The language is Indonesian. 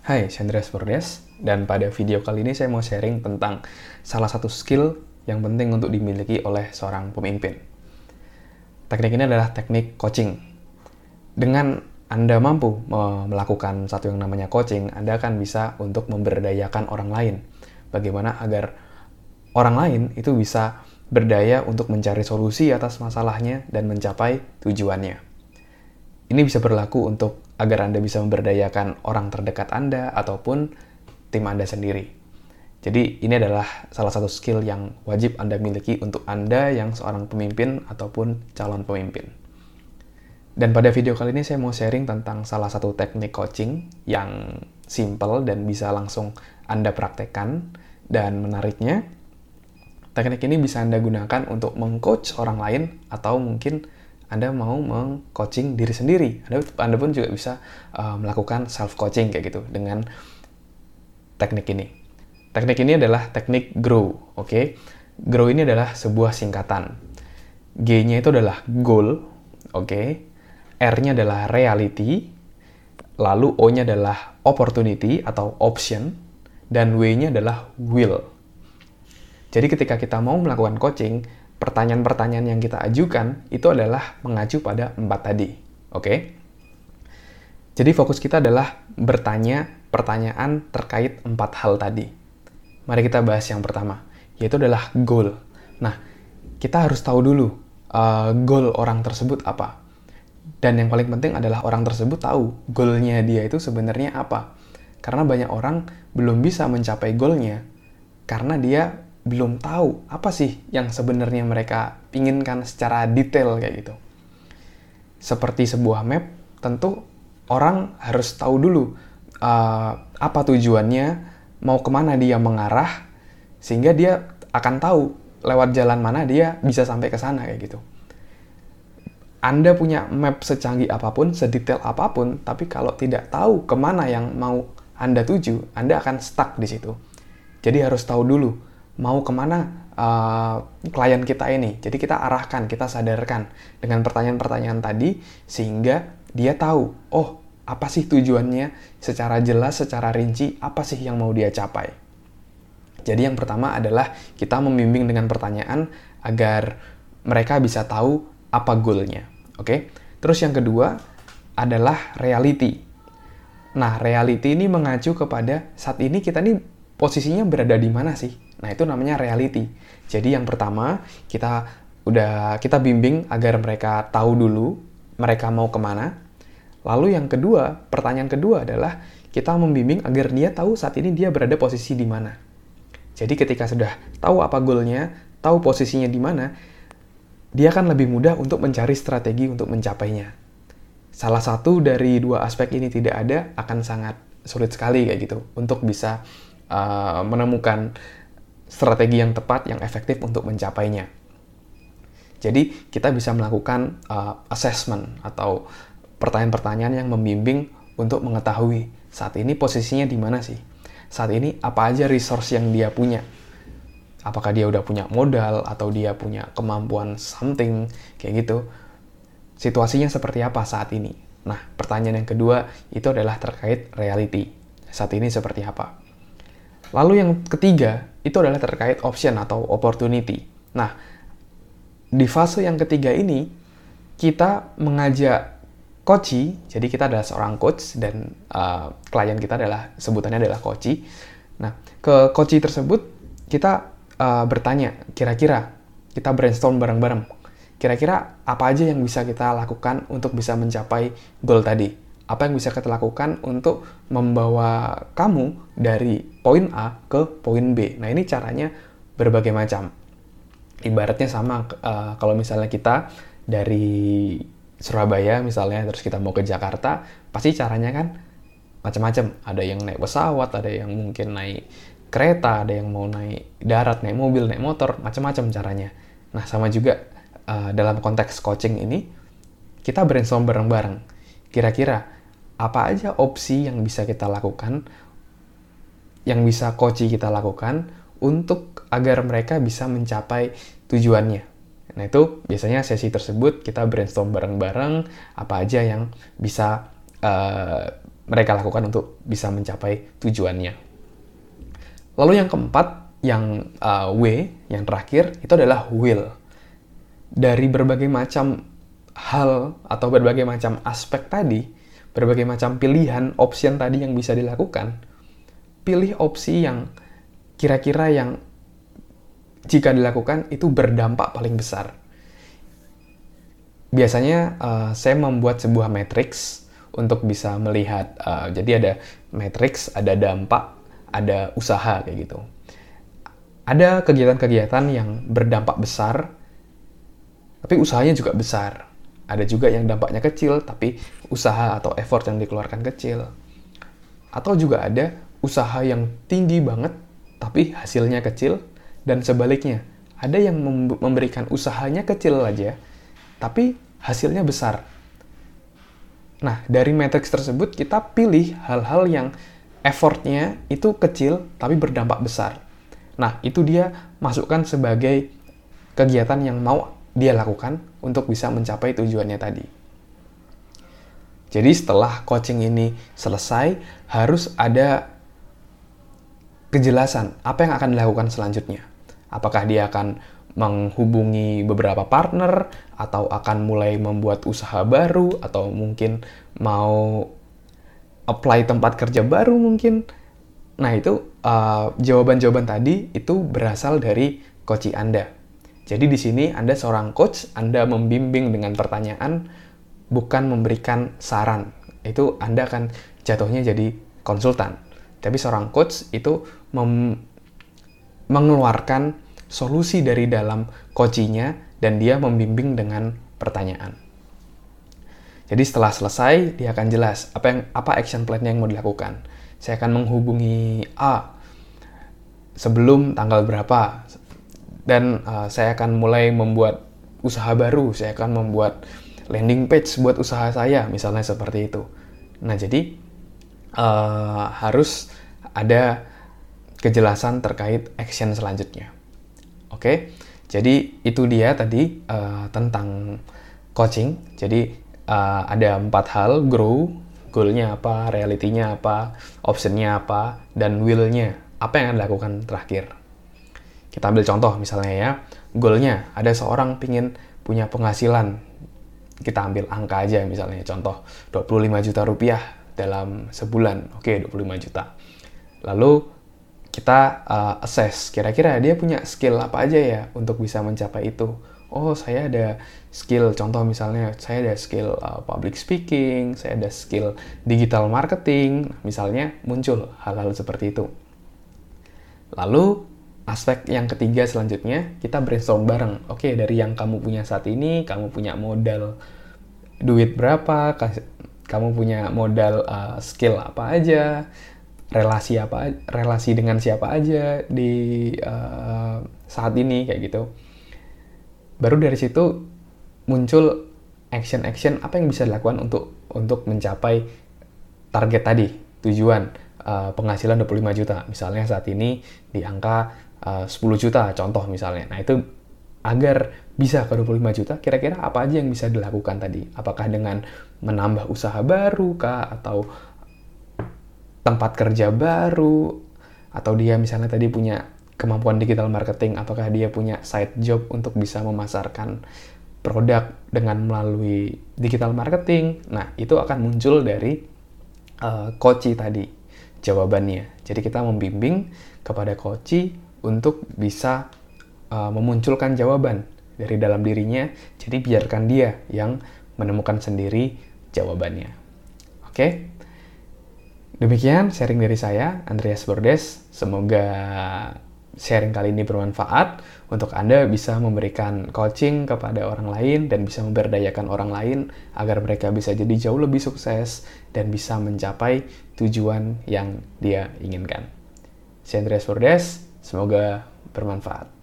Hai, saya Andreas Bordes, dan pada video kali ini saya mau sharing tentang salah satu skill yang penting untuk dimiliki oleh seorang pemimpin. Teknik ini adalah teknik coaching. Dengan Anda mampu melakukan satu yang namanya coaching, Anda akan bisa untuk memberdayakan orang lain. Bagaimana agar orang lain itu bisa berdaya untuk mencari solusi atas masalahnya dan mencapai tujuannya. Ini bisa berlaku untuk agar Anda bisa memberdayakan orang terdekat Anda ataupun tim Anda sendiri. Jadi ini adalah salah satu skill yang wajib Anda miliki untuk Anda yang seorang pemimpin ataupun calon pemimpin. Dan pada video kali ini saya mau sharing tentang salah satu teknik coaching yang simple dan bisa langsung Anda praktekkan. Dan menariknya, teknik ini bisa Anda gunakan untuk meng-coach orang lain atau mungkin Anda mau meng-coaching diri sendiri. Anda pun juga bisa melakukan self-coaching kayak gitu dengan teknik ini. Teknik ini adalah teknik GROW, oke? GROW ini adalah sebuah singkatan. G-nya itu adalah goal, oke? R-nya adalah reality, lalu O-nya adalah opportunity atau option, dan W-nya adalah will. Jadi ketika kita mau melakukan coaching, pertanyaan-pertanyaan yang kita ajukan itu adalah mengacu pada 4 tadi. Oke? Jadi fokus kita adalah bertanya pertanyaan terkait 4 hal tadi. Mari kita bahas yang pertama, yaitu adalah goal. Nah, kita harus tahu dulu goal orang tersebut apa. Dan yang paling penting adalah orang tersebut tahu goalnya dia itu sebenarnya apa. Karena banyak orang belum bisa mencapai goalnya karena dia belum tahu apa sih yang sebenarnya mereka inginkan secara detail kayak gitu. Seperti sebuah map, tentu orang harus tahu dulu apa tujuannya, mau kemana dia mengarah, sehingga dia akan tahu lewat jalan mana dia bisa sampai ke sana kayak gitu. Anda punya map secanggih apapun, sedetail apapun, tapi kalau tidak tahu kemana yang mau Anda tuju, Anda akan stuck di situ. Jadi harus tahu dulu mau kemana klien kita ini. Jadi kita arahkan, kita sadarkan dengan pertanyaan-pertanyaan tadi sehingga dia tahu, oh apa sih tujuannya secara jelas, secara rinci, apa sih yang mau dia capai. Jadi yang pertama adalah kita membimbing dengan pertanyaan agar mereka bisa tahu apa goalnya. Oke? Terus yang kedua adalah reality. Nah, reality ini mengacu kepada saat ini kita nih posisinya berada di mana sih? Nah, itu namanya reality. Jadi yang pertama, kita bimbing agar mereka tahu dulu mereka mau kemana. Lalu yang kedua, pertanyaan kedua adalah kita membimbing agar dia tahu saat ini dia berada posisi di mana. Jadi ketika sudah tahu apa goalnya, tahu posisinya di mana, dia akan lebih mudah untuk mencari strategi untuk mencapainya. Salah satu dari dua aspek ini tidak ada, akan sangat sulit sekali kayak gitu untuk bisa menemukan strategi yang tepat, yang efektif untuk mencapainya. Jadi kita bisa melakukan assessment atau pertanyaan-pertanyaan yang membimbing untuk mengetahui saat ini posisinya di mana sih? Saat ini apa aja resource yang dia punya? Apakah dia udah punya modal atau dia punya kemampuan something kayak gitu? Situasinya seperti apa saat ini? Nah, pertanyaan yang kedua itu adalah terkait reality. Saat ini seperti apa? Lalu yang ketiga, itu adalah terkait option atau opportunity. Nah, di fase yang ketiga ini, kita mengajak coachee, jadi kita adalah seorang coach dan klien kita sebutannya adalah coachee. Nah, ke coachee tersebut, kita bertanya, kira-kira kita brainstorm bareng-bareng. Kira-kira apa aja yang bisa kita lakukan untuk bisa mencapai goal tadi? Apa yang bisa kita lakukan untuk membawa kamu dari poin A ke poin B. Nah, ini caranya berbagai macam. Ibaratnya sama kalau misalnya kita dari Surabaya misalnya, terus kita mau ke Jakarta, pasti caranya kan macam-macam. Ada yang naik pesawat, ada yang mungkin naik kereta, ada yang mau naik darat, naik mobil, naik motor, macam-macam caranya. Nah, sama juga dalam konteks coaching ini, kita brainstorm bareng-bareng. Kira-kira apa aja opsi yang bisa kita lakukan, yang bisa coachee kita lakukan untuk agar mereka bisa mencapai tujuannya. Nah, itu biasanya sesi tersebut kita brainstorm bareng-bareng apa aja yang bisa mereka lakukan untuk bisa mencapai tujuannya. Lalu yang keempat, yang W, yang terakhir, itu adalah will. Dari berbagai macam hal atau berbagai macam aspek tadi, berbagai macam pilihan, option tadi yang bisa dilakukan, pilih opsi yang kira-kira yang jika dilakukan itu berdampak paling besar. Biasanya saya membuat sebuah matriks untuk bisa melihat, jadi ada matriks, ada dampak, ada usaha kayak gitu. Ada kegiatan-kegiatan yang berdampak besar, tapi usahanya juga besar. Ada juga yang dampaknya kecil, tapi usaha atau effort yang dikeluarkan kecil. Atau juga ada usaha yang tinggi banget, tapi hasilnya kecil, dan sebaliknya. Ada yang memberikan usahanya kecil aja, tapi hasilnya besar. Nah, dari matriks tersebut kita pilih hal-hal yang effortnya itu kecil, tapi berdampak besar. Nah, itu dia masukkan sebagai kegiatan yang mau dia lakukan untuk bisa mencapai tujuannya tadi. Jadi setelah coaching ini selesai, harus ada kejelasan apa yang akan dilakukan selanjutnya. Apakah dia akan menghubungi beberapa partner, atau akan mulai membuat usaha baru, atau mungkin mau apply tempat kerja baru mungkin. Nah itu jawaban-jawaban tadi itu berasal dari coaching Anda. Jadi di sini Anda seorang coach, Anda membimbing dengan pertanyaan, bukan memberikan saran. Itu Anda akan jatuhnya jadi konsultan. Tapi seorang coach itu mengeluarkan solusi dari dalam coachingnya dan dia membimbing dengan pertanyaan. Jadi setelah selesai, dia akan jelas apa action plan-nya yang mau dilakukan. Saya akan menghubungi A sebelum tanggal berapa, dan saya akan mulai membuat usaha baru, saya akan membuat landing page buat usaha saya, misalnya seperti itu. Nah, jadi harus ada kejelasan terkait action selanjutnya. Oke, jadi itu dia tadi tentang coaching. Jadi ada 4 hal: grow, goal-nya apa, reality-nya apa, option-nya apa, dan will-nya. Apa yang akan dilakukan terakhir? Kita ambil contoh misalnya ya, goal-nya ada seorang pingin punya penghasilan. Kita ambil angka aja misalnya, contoh 25 juta rupiah dalam sebulan. Oke, 25 juta. Lalu kita assess, kira-kira dia punya skill apa aja ya untuk bisa mencapai itu. Oh, saya ada skill, contoh misalnya, saya ada skill public speaking, saya ada skill digital marketing, misalnya muncul hal-hal seperti itu. Lalu, aspek yang ketiga selanjutnya, kita brainstorm bareng. Oke, dari yang kamu punya saat ini, kamu punya modal duit berapa, kamu punya modal skill apa aja, relasi dengan siapa aja di saat ini, kayak gitu. Baru dari situ muncul action apa yang bisa dilakukan untuk mencapai target tadi, tujuan penghasilan 25 juta. Misalnya saat ini di angka 10 juta contoh misalnya. Nah, itu agar bisa ke 25 juta, kira-kira apa aja yang bisa dilakukan tadi? Apakah dengan menambah usaha baru kah, atau tempat kerja baru, atau dia misalnya tadi punya kemampuan digital marketing, apakah dia punya side job untuk bisa memasarkan produk dengan melalui digital marketing. Nah, itu akan muncul dari coaching tadi jawabannya. Jadi kita membimbing kepada coaching untuk bisa memunculkan jawaban dari dalam dirinya. Jadi biarkan dia yang menemukan sendiri jawabannya. Oke? Demikian sharing dari saya, Andreas Bordes. Semoga sharing kali ini bermanfaat untuk Anda bisa memberikan coaching kepada orang lain dan bisa memberdayakan orang lain agar mereka bisa jadi jauh lebih sukses dan bisa mencapai tujuan yang dia inginkan. Saya Andreas Bordes, semoga bermanfaat.